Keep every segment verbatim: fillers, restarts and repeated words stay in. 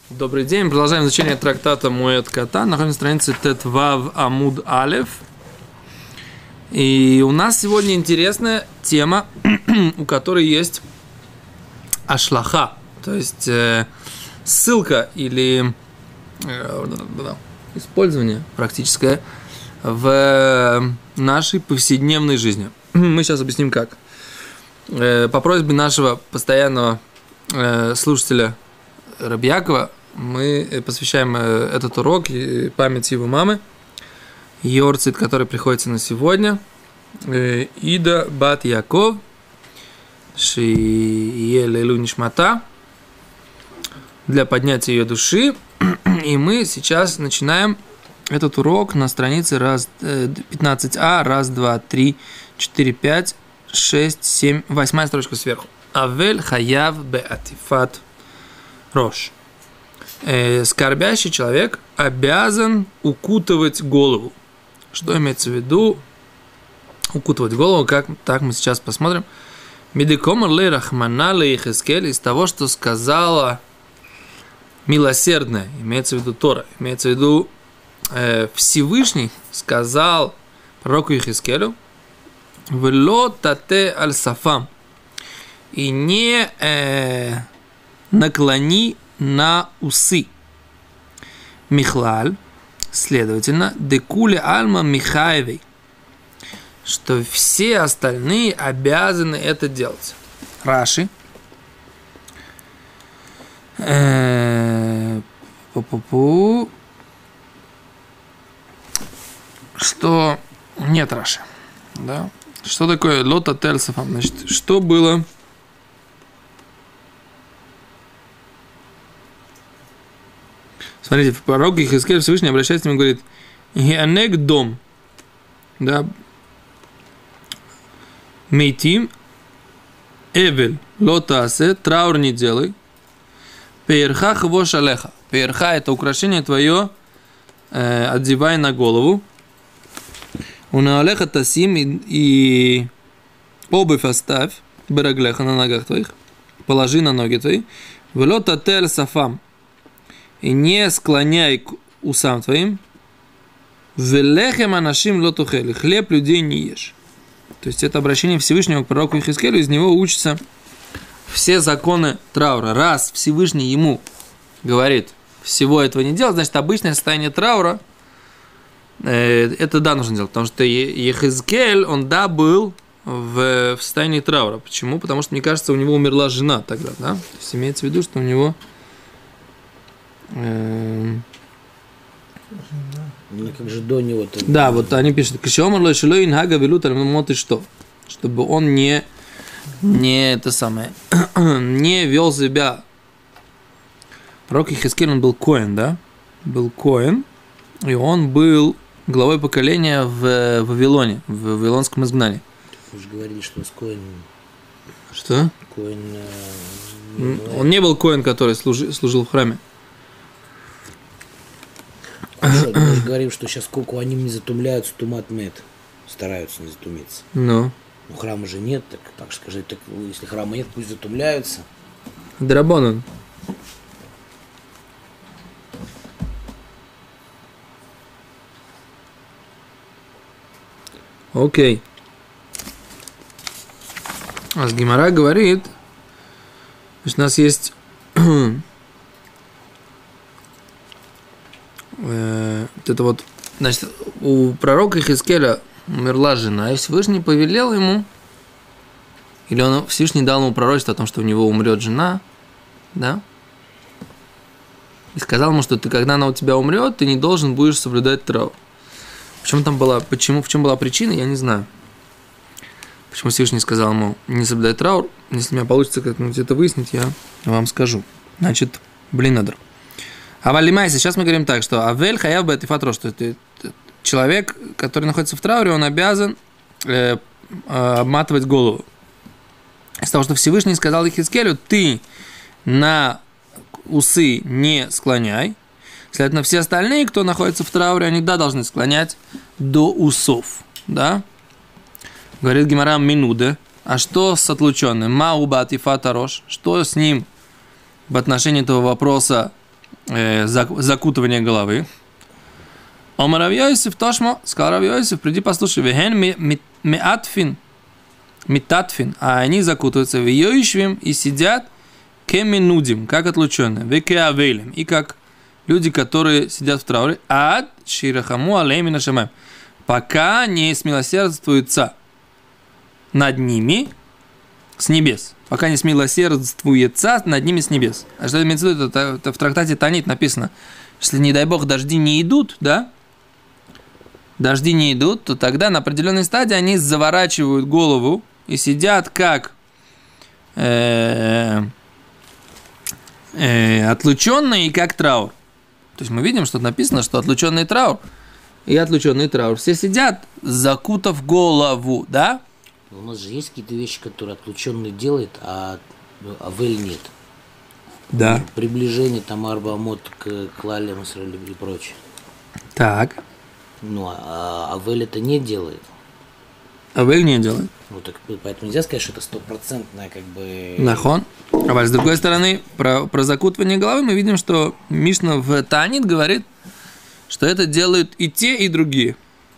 Добрый день. Продолжаем изучение трактата Моэд Катан. Находимся на странице Тетвав Амуд Алеф. И у нас сегодня интересная тема, у которой есть ашлаха, то есть э, ссылка или э, использование практическое в нашей повседневной жизни. Мы сейчас объясним как. Э, по просьбе нашего постоянного э, слушателя Раби Якова мы посвящаем этот урок памяти его мамы, Йорцит, который приходится на сегодня, Ида Бат Яков, Шиелелу Нишмата, для поднятия ее души. И мы сейчас начинаем этот урок на странице раз, пятнадцать а, раз, два, три, четыре, пять, шесть, семь, восьмая строчка сверху. Авель хаяв беатифат рош. Э, скорбящий человек обязан укутывать голову. Что имеется в виду укутывать голову? Как, так мы сейчас посмотрим. Медикомар лей рахмана лей Йехескель, из того, что сказала милосердная, имеется в виду Тора, имеется в виду э, Всевышний сказал пророку Йехескелю: «Вело тате аль сафам», и не э, наклони на усы. Михлаль, следовательно, декуле альма Михаевой, что все остальные обязаны это делать. Раши. Пу-пу-пу. Что нет Раши. Да? Что такое лота тельсафам? Значит, что было? Смотрите, пророк Йехескель Всевышний обращается к нему и говорит: «Геанек дом, да, мейтим, эвель, лотаасе, траур не делай, пеерха хвош алеха». Пеерха – это украшение твое, э, одевай на голову. Унаалеха тасим, и обувь оставь, бераглеха, на ногах твоих, положи на ноги твои, велота тель сафам, и не склоняй к усам твоим, велехем анашим лотухели, хлеб людей не ешь. То есть это обращение Всевышнего к пророку Йехескелю, из него учатся все законы траура. Раз Всевышний ему говорит всего этого не делать, значит обычное состояние траура э, это да нужно делать, потому что Йехескель, он да был в, в состоянии траура. Почему? Потому что, мне кажется, у него умерла жена тогда, да? То есть имеется в виду, что у него ну, как же до него -то... Да, вот они пишут, что, чтобы он не, не это самое, не вел себя. Пророк Йехескель, он был коэн, да? Был коэн, и он был главой поколения в Вавилоне, в Вавилонском изгнании. Вы же говорили, что с коэн... Что? Коэн... Не он не был коэн, который служи, служил в храме. Хорошо, мы же говорим, что сейчас сколько они не затумляются, тумат мед. Стараются не затумиться. Ну. Но храма же нет, так, так скажи, так, если храма нет, пусть затумляются. Драбонан. Окей. А с Гемара говорит, что у нас есть вот это вот, значит, у пророка Йехескеля умерла жена, и Всевышний повелел ему, или он Всевышний дал ему пророчество о том, что у него умрет жена, да, и сказал ему, что ты, когда она у тебя умрет, ты не должен будешь соблюдать траур. В чем там была, почему, в чем была причина, я не знаю. Почему Всевышний сказал ему не соблюдать траур. Если у меня получится как-нибудь это выяснить, я вам скажу. Значит, блин, надо. А валимайся, сейчас мы говорим так, что авель хаяв беатифат рош, что человек, который находится в трауре, он обязан э, э, обматывать голову. Из того, что Всевышний сказал Йехескелю, ты на усы не склоняй. Следовательно, все остальные, кто находится в трауре, они да должны склонять до усов, да? Говорит Гемара Минуде. А что с отлученным? Мау беатифат рош, что с ним в отношении этого вопроса э, закутывание головы. Омар Рав Йосеф Тошмо, сказал Рав Йосеф, приди послушай, вехен меатфин, метатфин, а они закутываются в йоишвим и сидят кеминудим, как отлученные, векеавейлем, и как люди, которые сидят в трауре, ад ширахаму алейми нашамаем, пока не смилосердствуются над ними с небес, пока не смилосердствуется над ними с небес. А что имеется в виду? Это, это в трактате Танит написано, если, не дай бог, дожди не идут, да, дожди не идут, то тогда на определенной стадии они заворачивают голову и сидят как э, э, отлученные и как траур. То есть мы видим, что написано, что отлученный траур и отлученный траур все сидят, закутав голову, да? У нас же есть какие-то вещи, которые отлученный делает, а авель нет. Да. Приближение там арбамот к клалям и прочее. Так. Ну, а авель это не делает. Авель не делает. Ну, так поэтому нельзя сказать, что это стопроцентное как бы... Нахон. А с другой стороны, про, про закутывание головы мы видим, что Мишна в Таанит говорит, что это делают и те, и другие.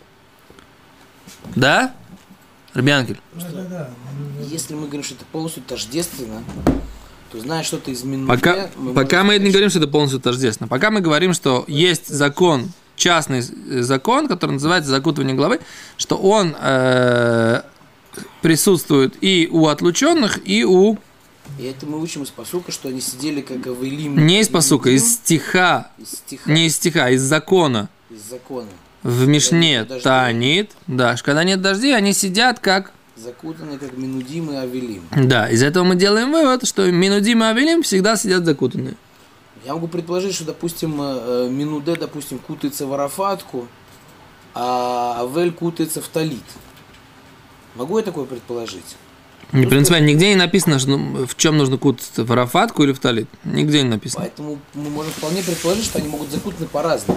Да? Рабианкель? Да, да, да. Если мы говорим, что это полностью тождественно, то знаешь, что-то из минуты... Пока, мы, пока мы не говорим, что это полностью тождественно. Пока мы говорим, что есть закон, частный закон, который называется закутывание головы, что он э, присутствует и у отлученных, и у... И это мы учим из пасука, что они сидели как авелим. Не из пасука, из стиха. Из стиха. Не из стиха, а из закона. Из закона. В Мишне Таанит, да, когда нет дождей, они сидят как... Закутанные как минудим и авелим. Да, из этого мы делаем вывод, что минудим и авелим всегда сидят закутанные. Я могу предположить, что, допустим, минуде, допустим, кутается в арафатку, а авель кутается в талит. Могу я такое предположить? Не принципиально, нигде не написано, что, в чем нужно кутаться, в арафатку или в талит. Нигде не написано. Поэтому мы можем вполне предположить, что они могут закутаны по-разному.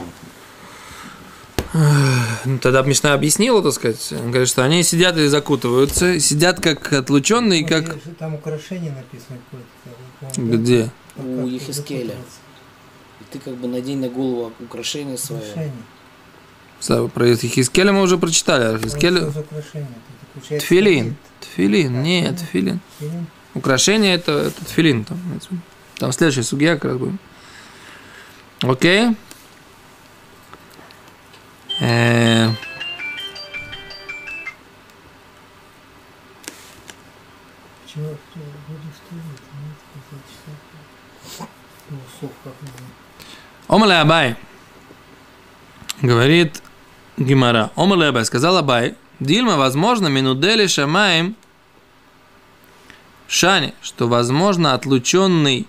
Ну, тогда Мишна объяснила, так сказать. Он говорит, что они сидят и закутываются, сидят как отлученные, ну, как... Там украшение написано какое-то. Где? У Ехискеля. И ты как бы надень на голову украшение свое. Слава, про Ехискеля мы уже прочитали. Ехискеля... Тфилин. Тфилин, нет, тфилин. Украшение это, это тфилин. Там, там следующая сугья как раз будет. Окей. Э... Омале Абай. Говорит Гемара. Омале Абай. Сказал Абай. Дильма, возможно, минудели шамаем шани, что, возможно, отлученный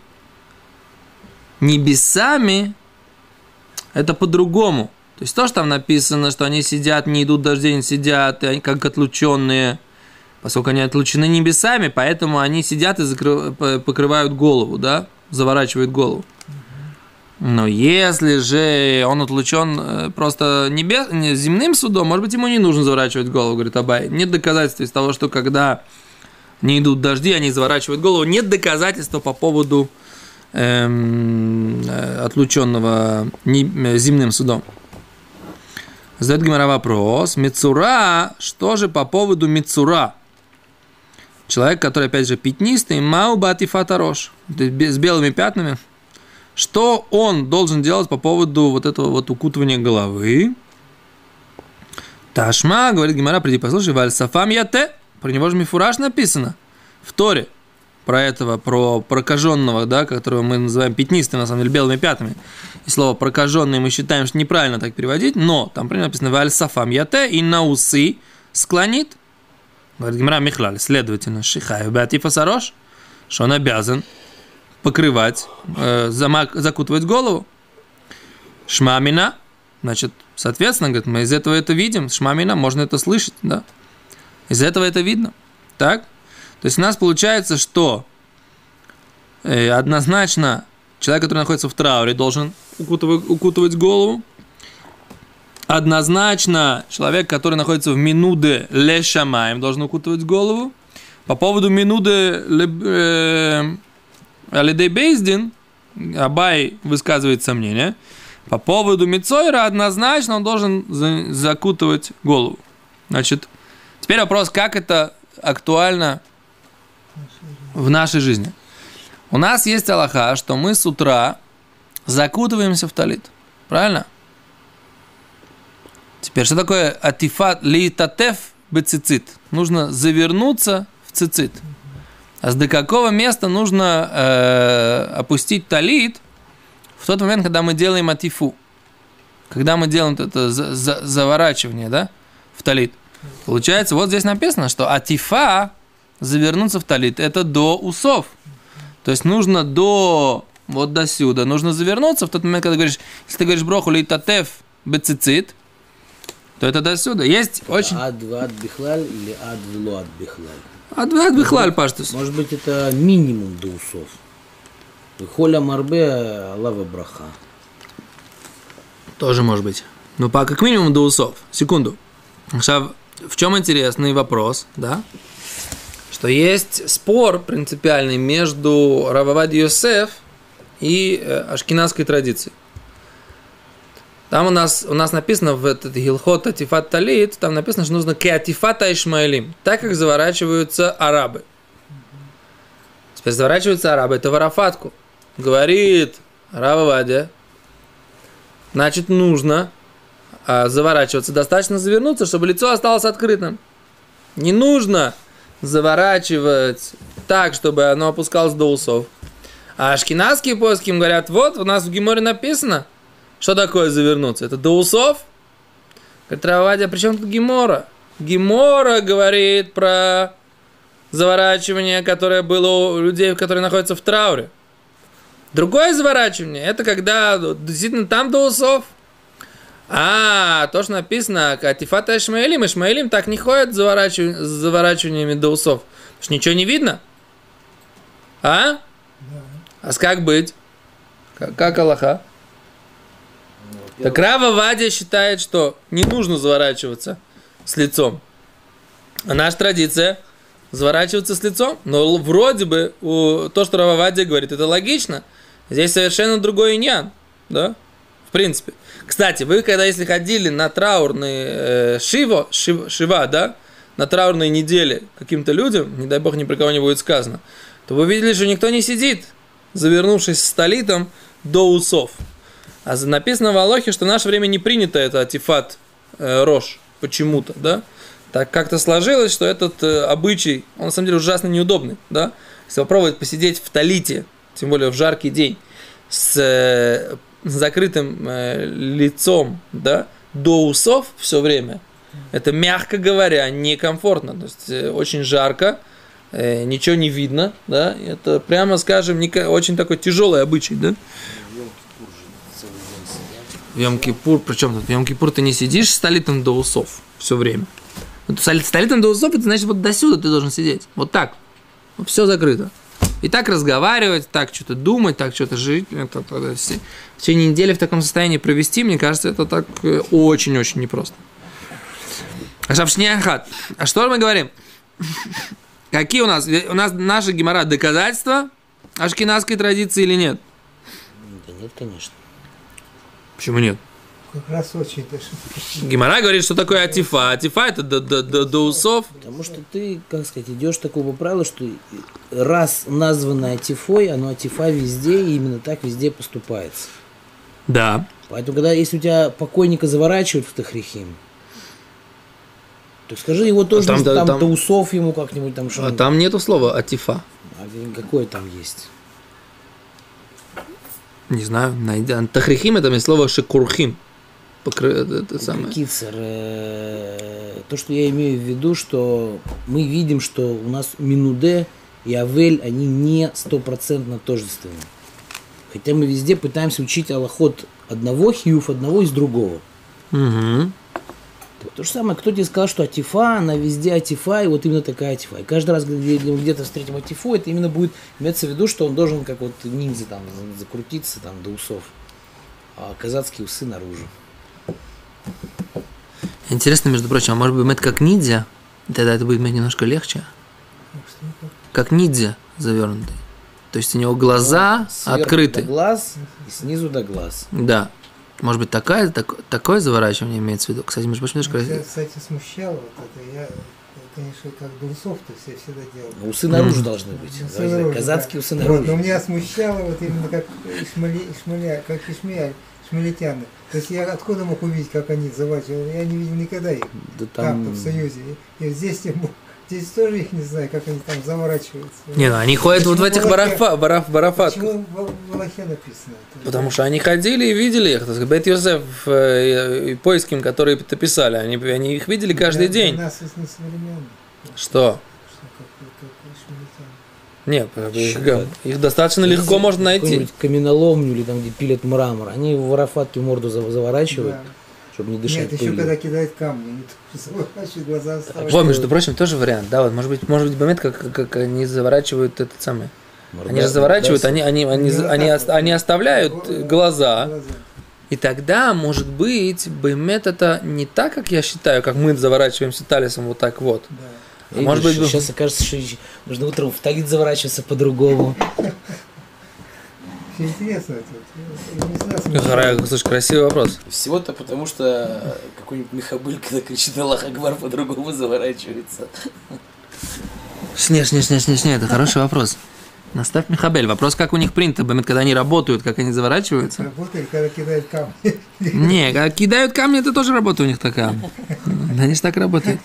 небесами, это по-другому. То есть то, что там написано, что они сидят, не идут дожди, не сидят, и они как отлученные, поскольку они отлучены небесами, поэтому они сидят и закры... покрывают голову, да, заворачивают голову. Но если же он отлучен просто небес... земным судом, может быть, ему не нужно заворачивать голову, говорит Абай. Нет доказательств из того, что когда не идут дожди, они заворачивают голову. Нет доказательства по поводу эм, отлученного не... земным судом. Задает Гемара вопрос. Мицура, что же по поводу Мицура? Человек, который, опять же, пятнистый, маубати фатарош, с белыми пятнами. Что он должен делать по поводу вот этого вот укутывания головы? Ташма, говорит Гемара, приди послушай, вальсафам яте, про него же мифураж написано в Торе, про этого, про прокаженного, да, которого мы называем пятнистым, на самом деле, белыми пятнами. И слово прокаженный мы считаем, что неправильно так переводить, но там написано вальсафам яте и на усы склонит. Говорит Гемара Михлаль, следовательно, шихаю беатифа сарош, что он обязан покрывать, э, замак, закутывать голову. Шмамина, значит, соответственно, говорит, мы из этого это видим. Шмамина, можно это слышать, да. Из этого это видно. Так? То есть у нас получается, что э, однозначно человек, который находится в трауре, должен укутывать, укутывать голову. Однозначно человек, который находится в минуде ле шамаем, должен укутывать голову. По поводу минуде ле... Э, Алидей Бейздин, Абай высказывает сомнение. По поводу Мицойра однозначно он должен за- закутывать голову. Значит, теперь вопрос, как это актуально в нашей жизни. У нас есть алаха, что мы с утра закутываемся в талит. Правильно? Теперь, что такое атифат литатеф бецицит? Нужно завернуться в цицит. А до какого места нужно э, опустить талит в тот момент, когда мы делаем атифу? Когда мы делаем это за, за, заворачивание, да, в талит. Получается, вот здесь написано, что атифа, завернуться в талит, это до усов. То есть нужно до, вот до сюда, нужно завернуться в тот момент, когда ты говоришь, если ты говоришь броху литатеф бецицит, то это до сюда. Есть очень... Ад вад бихлаль или ад вло ад бихлаль? Ад вад бихлаль, паштус. Может быть, это минимум до усов. Холя марбе лава браха. Тоже может быть. Ну, по как минимум до усов. Секунду. Сейчас, в чем интересный вопрос, да? Что есть спор принципиальный между Рав Овадия Йосеф и э, ашкеназской традицией. Там у нас, у нас написано в этот Гилхот Атифат Талит, там написано, что нужно Кеатифата Ишмаэлим, так как заворачиваются арабы. Теперь заворачиваются арабы, это в арафатку. Говорит Рав Овадия, значит, нужно а, заворачиваться, достаточно завернуться, чтобы лицо осталось открытым. Не нужно заворачивать так, чтобы оно опускалось до усов. А ашкеназские поиски им говорят, вот, у нас в Геморе написано, что такое завернуться? Это до усов? Говорит Рав Овадия, при чем тут Гемора? Гемора говорит про заворачивание, которое было у людей, которые находятся в трауре. Другое заворачивание, это когда действительно там до усов. А, то, что написано, Атифата Ишмаэлим, Ишмаэлим так не ходят с заворачиваниями, с заворачиваниями до усов. Потому что ничего не видно. А? Да. А как быть? Как, как алаха? Ну, так Рав Овадия считает, что не нужно заворачиваться с лицом. А наша традиция заворачиваться с лицом. Но вроде бы у, то, что Рав Овадия говорит, это логично. Здесь совершенно другой иньян. Да? В принципе. Кстати, вы когда если ходили на траурные э, шиво, шив, шива, да, на траурные недели каким-то людям, не дай бог ни про кого не будет сказано, то вы видели, что никто не сидит, завернувшись с талитом до усов. А написано в Алохе, что в наше время не принято это атифат э, рош почему-то, да. Так как-то сложилось, что этот э, обычай, он на самом деле ужасно неудобный, да. Если попробовать посидеть в талите, тем более в жаркий день, с э, с закрытым э, лицом, да, до усов все время, это, мягко говоря, некомфортно. То есть э, очень жарко, э, ничего не видно, да, это, прямо скажем, не, очень такой тяжелый обычай, да. В Йом-Кипур, причем тут в Йом-Кипур ты не сидишь с талитом до усов все время. Вот с талитом до усов, это значит, вот до сюда ты должен сидеть, вот так, вот все закрыто. И так разговаривать, так что-то думать, так что-то жить. Это, это, это, в течение недели в таком состоянии провести, мне кажется, это так очень-очень непросто. Ашавшняхат. А что мы говорим? Какие у нас? У нас наша гемара доказательства ашкеназской традиции или нет? Да нет, конечно. Почему нет? Как раз очень даже. Гемара говорит, что такое атифа. Атифа это до, до, до, до усов. Потому что ты, как сказать, идешь такого правила, что раз названо атифой, оно атифа везде, и именно так везде поступается. Да. Поэтому, когда если у тебя покойника заворачивают в тахрихим, то скажи его тоже, там, что да, там, там до усов ему как-нибудь там что-нибудь. А там нету слова атифа. А какое там есть? Не знаю, найдя. Тахрихим это есть слово шекурхим. Это самое. Кицер, э, то, что я имею в виду, что мы видим, что у нас Минуде и Авель, они не стопроцентно тождественны. Хотя мы везде пытаемся учить алахот одного хиюф, одного из другого. Угу. То же самое, кто тебе сказал, что атифа, она везде атифа, и вот именно такая атифа. И каждый раз, где мы где-то встретим атифу, это именно будет иметься в виду, что он должен, как вот ниндзя, там, закрутиться там, до усов, а казацкие усы наружу. Интересно, между прочим, а может быть, это как ниндзя? Тогда это будет немножко легче. Как ниндзя завернутый. То То есть у него глаза Сверху открыты. до глаз и снизу до глаз. Да. Может быть, такая, так, такое заворачивание имеется в виду. Кстати, между прочим, Меня, красиво. кстати, смущало вот это. Я, конечно, как до усов, то есть я всегда делал. А усы наружу должны быть. Усы Должны- наружу, Казацкие да. усы Вот, наружу. но меня смущало вот именно как Ишмали, Ишмаля, как Ишмаэль, шмалитяне. То есть я откуда мог увидеть, как они заворачивали? Я не видел никогда их Да там, там... в Союзе. И вот здесь, тем бо- здесь тоже их не знаю, как они там заворачиваются. Не, ну они ходят вот в этих Почему барафа, бараф, барафатках. Почему в в Аллахе написано это? Потому что они ходили и видели их. Так сказать, Бет Йосеф э, и Поиским, которые это писали, они, они их видели каждый Для- день. Для нас это не современно. Что? Что как, как Ишмалитяне. Нет, как бы их, Чего? их достаточно легко можно найти. Какую-нибудь каменоломню или там, где пилят мрамор. Они в арафатке морду за- заворачивают, Да. чтобы не дышать Нет, еще пылью. когда кидают камни, они тоже заворачивают, глаза оставляют. О, между прочим, тоже вариант, да, вот, может быть, может быть, момент, как, как они заворачивают этот самый. Морда- Они же заворачивают, морда- они, они, они, Не вот они, так ост- вот. они оставляют Глаза. глаза. И тогда, может быть, Бемет это не так, как я считаю, как мы заворачиваемся талисом вот так вот. Да. А может быть, сейчас окажется, что нужно утром в талит заворачиваться по-другому. Все интересно это. Я не знаю, смысла. Хара- Слушай, красивый вопрос. Всего-то потому, что какой-нибудь Михабыль, когда кричит Аллах Акбар, по-другому заворачивается. Не, не, не, не, не, это хороший вопрос. Наставь Михабель. Вопрос, как у них принято, Бемет, когда они работают, как они заворачиваются. Работали, когда кидают камни. Не, когда кидают камни, это тоже работа у них такая. Они же так работают.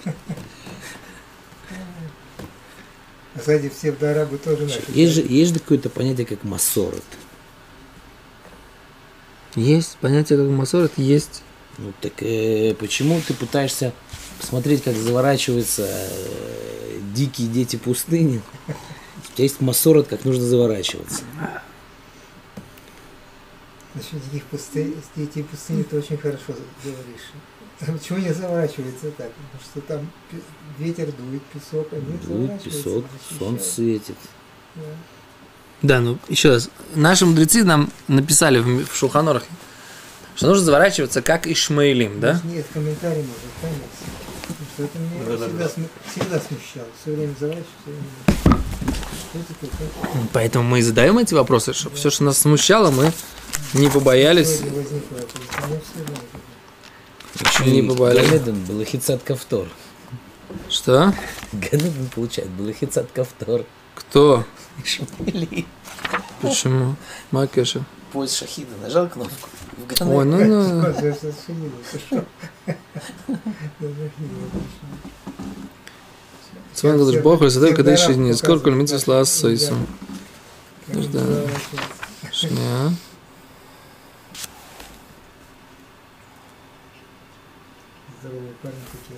Кстати, все арабы тоже начали. Есть же, есть же какое-то понятие, как массорот. Есть понятие, как масорет, есть. Ну так э, почему ты пытаешься посмотреть, как заворачиваются э, дикие дети пустыни? У тебя есть массорот, как нужно заворачиваться. Насчет диких пустынь, дети пустыни ты очень хорошо говоришь. Там почему не заворачивается так? Потому что там пи- ветер дует, песок, они Дует заворачиваются, песок, защищают. солнце светит. Да. Да, ну еще раз. Наши мудрецы нам написали в, в Шулханорахе, что нужно заворачиваться как Ишмаилим, да? Может, нет, комментарий может, конечно. Потому что это меня всегда, см- всегда смущало. Все время заворачиваться, все время. Что это такое? Поэтому мы и задаем эти вопросы, чтобы все, что нас смущало, мы не побоялись. Сегодня возникло это. У меня всегда это. Не побоялись. Ганеден был хицат кавтор. Что? Ганеден получает был хицат кавтор. Кто? Ишмаили. Почему? Макеша. Поезд шахида нажал кнопку. В Ганеден. Ой, ну, ну. Что, я что, шахидил, ты что? Я шахидил, отлично. Цван Гадош Бог, Ресадев, Кадыш, не сколько лимитов слаз Сойсом. Как Да. заворачиваться. Шня. Здоровые парни такие.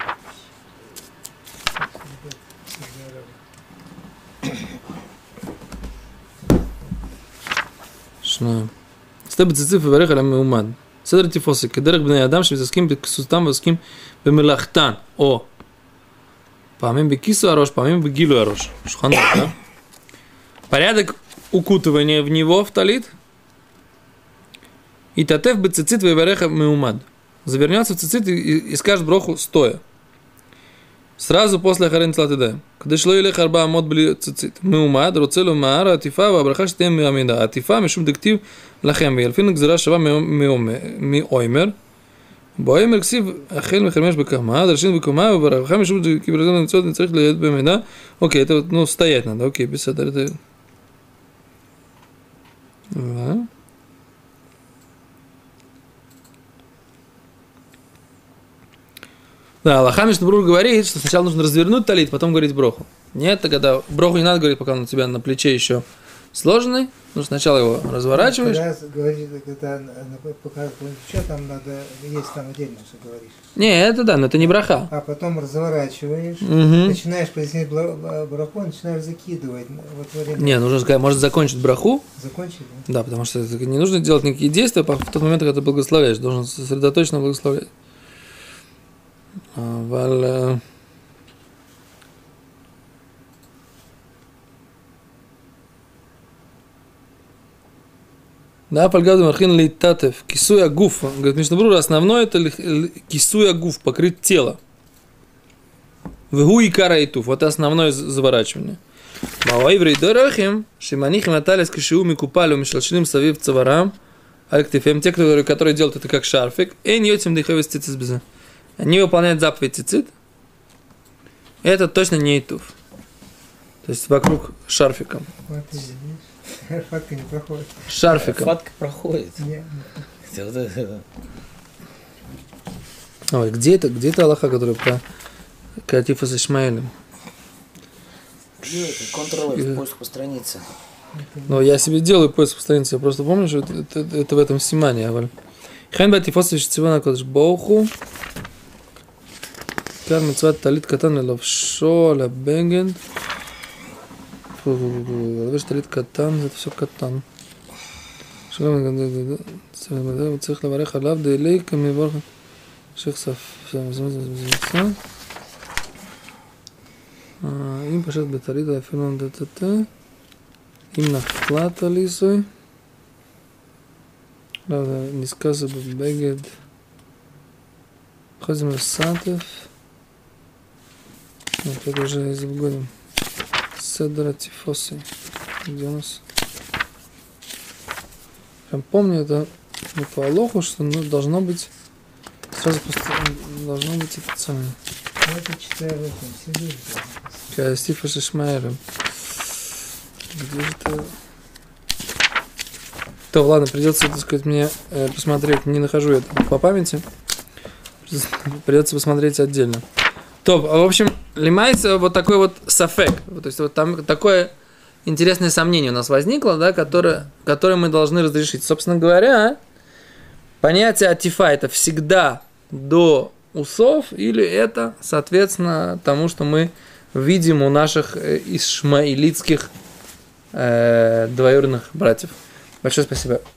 שנייה. סתה בציציף וברך על המאומד. סדר טיפוסי, כדרך בני אדם שמתעסקים בכסותם ועוסקים במלאכתן, או פעמים בכיסו הראש, פעמים בגילו הראש. שולחן ערוך, да? Порядок укутывания в него, в талит. И татев бецицит вейвареха меумад. Завернется в цицит и, и, и скажет броху стоя. сразу после אחרי נטילת ידיים. כדי שלא ילך ארבע אמות בלי ציצית. מעומד, רוצה לומר, העטיפה והברכה שתהיה מעמידה. העטיפה משום דכתיב לכם, וילפין גזירה שווה מאוימר. באוימר כסיב החל מחרמש בקמה, דרשין בקומה, וברכה משום דכתיב נמצאות נצטרך להיות בעמידה. אוקיי, ну, стоять надо, окей, בסדר. Да, Аллаха Мишнабрур говорит, что сначала нужно развернуть талит, потом говорить броху. Нет, тогда броху не надо говорить, пока он у тебя на плече еще сложенный. Нужно сначала его разворачиваешь. Когда говорит, когда она показывает, что там надо, есть там отдельно, что говоришь. Не, это да, но это не браха. А потом разворачиваешь, Мгм. начинаешь пояснять браху, начинаешь закидывать. Вот во время Не, нужно сказать, может закончить браху. закончили. Да, потому что это не нужно делать никакие действия в тот момент, когда ты благословляешь. Должен сосредоточенно благословлять. Валь... Да, Пальгаду Мархин Лейтатев, кисуй агуф. Говорит, Мишнабрур, основное это кисуй агуф, покрыть тело. Вегу и караитуф, вот основное заворачивание. Маоиври дорохим, шиманихим аталис кишиу микупали умешалшилим савив цаварам, аль-ктифем, те, которые, которые делают это как шарфик, и ньотим дыхавис цицис безе. Они выполняют заповедь цицит. Это точно не итуф. То есть вокруг шарфиком. Фатка не проходит. Шарфиком. Фатка проходит. Нет. Ой, где это, где это Аллаха, который про Катифа с Ишмаэлем? Где это? Контрол-F, поиск по странице. Ну, я себе делаю поиск по странице, я просто помню, что это, это, это в этом симане. Хайн Батифоса Шцивана Кодыш Боуху. Кар митцват талит катан левшо лабегед. Ловишь талит катан, это все катан. צריך לברך עליו דאלי כמברך שחשף אם פשט בטלית אפילו נדטטה אם נפלה טליסוי נזכר זה בבגד אחרי זה מסעטף נתת уже איזה בגודים סדר הציפוסי где у нас прям помню это ну, по Алоху, что ну, должно быть сразу просто должно быть это самое. Я это читаю в этом сидит. Кастифа Шишмаэром. Где же это? То, ладно, придется, так сказать, мне э, посмотреть. Не нахожу это по памяти. Придется посмотреть отдельно. То, в общем, лимайся вот такой вот сафек. То есть вот там такое интересное сомнение у нас возникло, да, которое, которое мы должны разрешить. Собственно говоря, понятие атифа это всегда до усов, или это, соответственно, тому, что мы видим у наших ишмаилитских э, двоюродных братьев. Большое спасибо.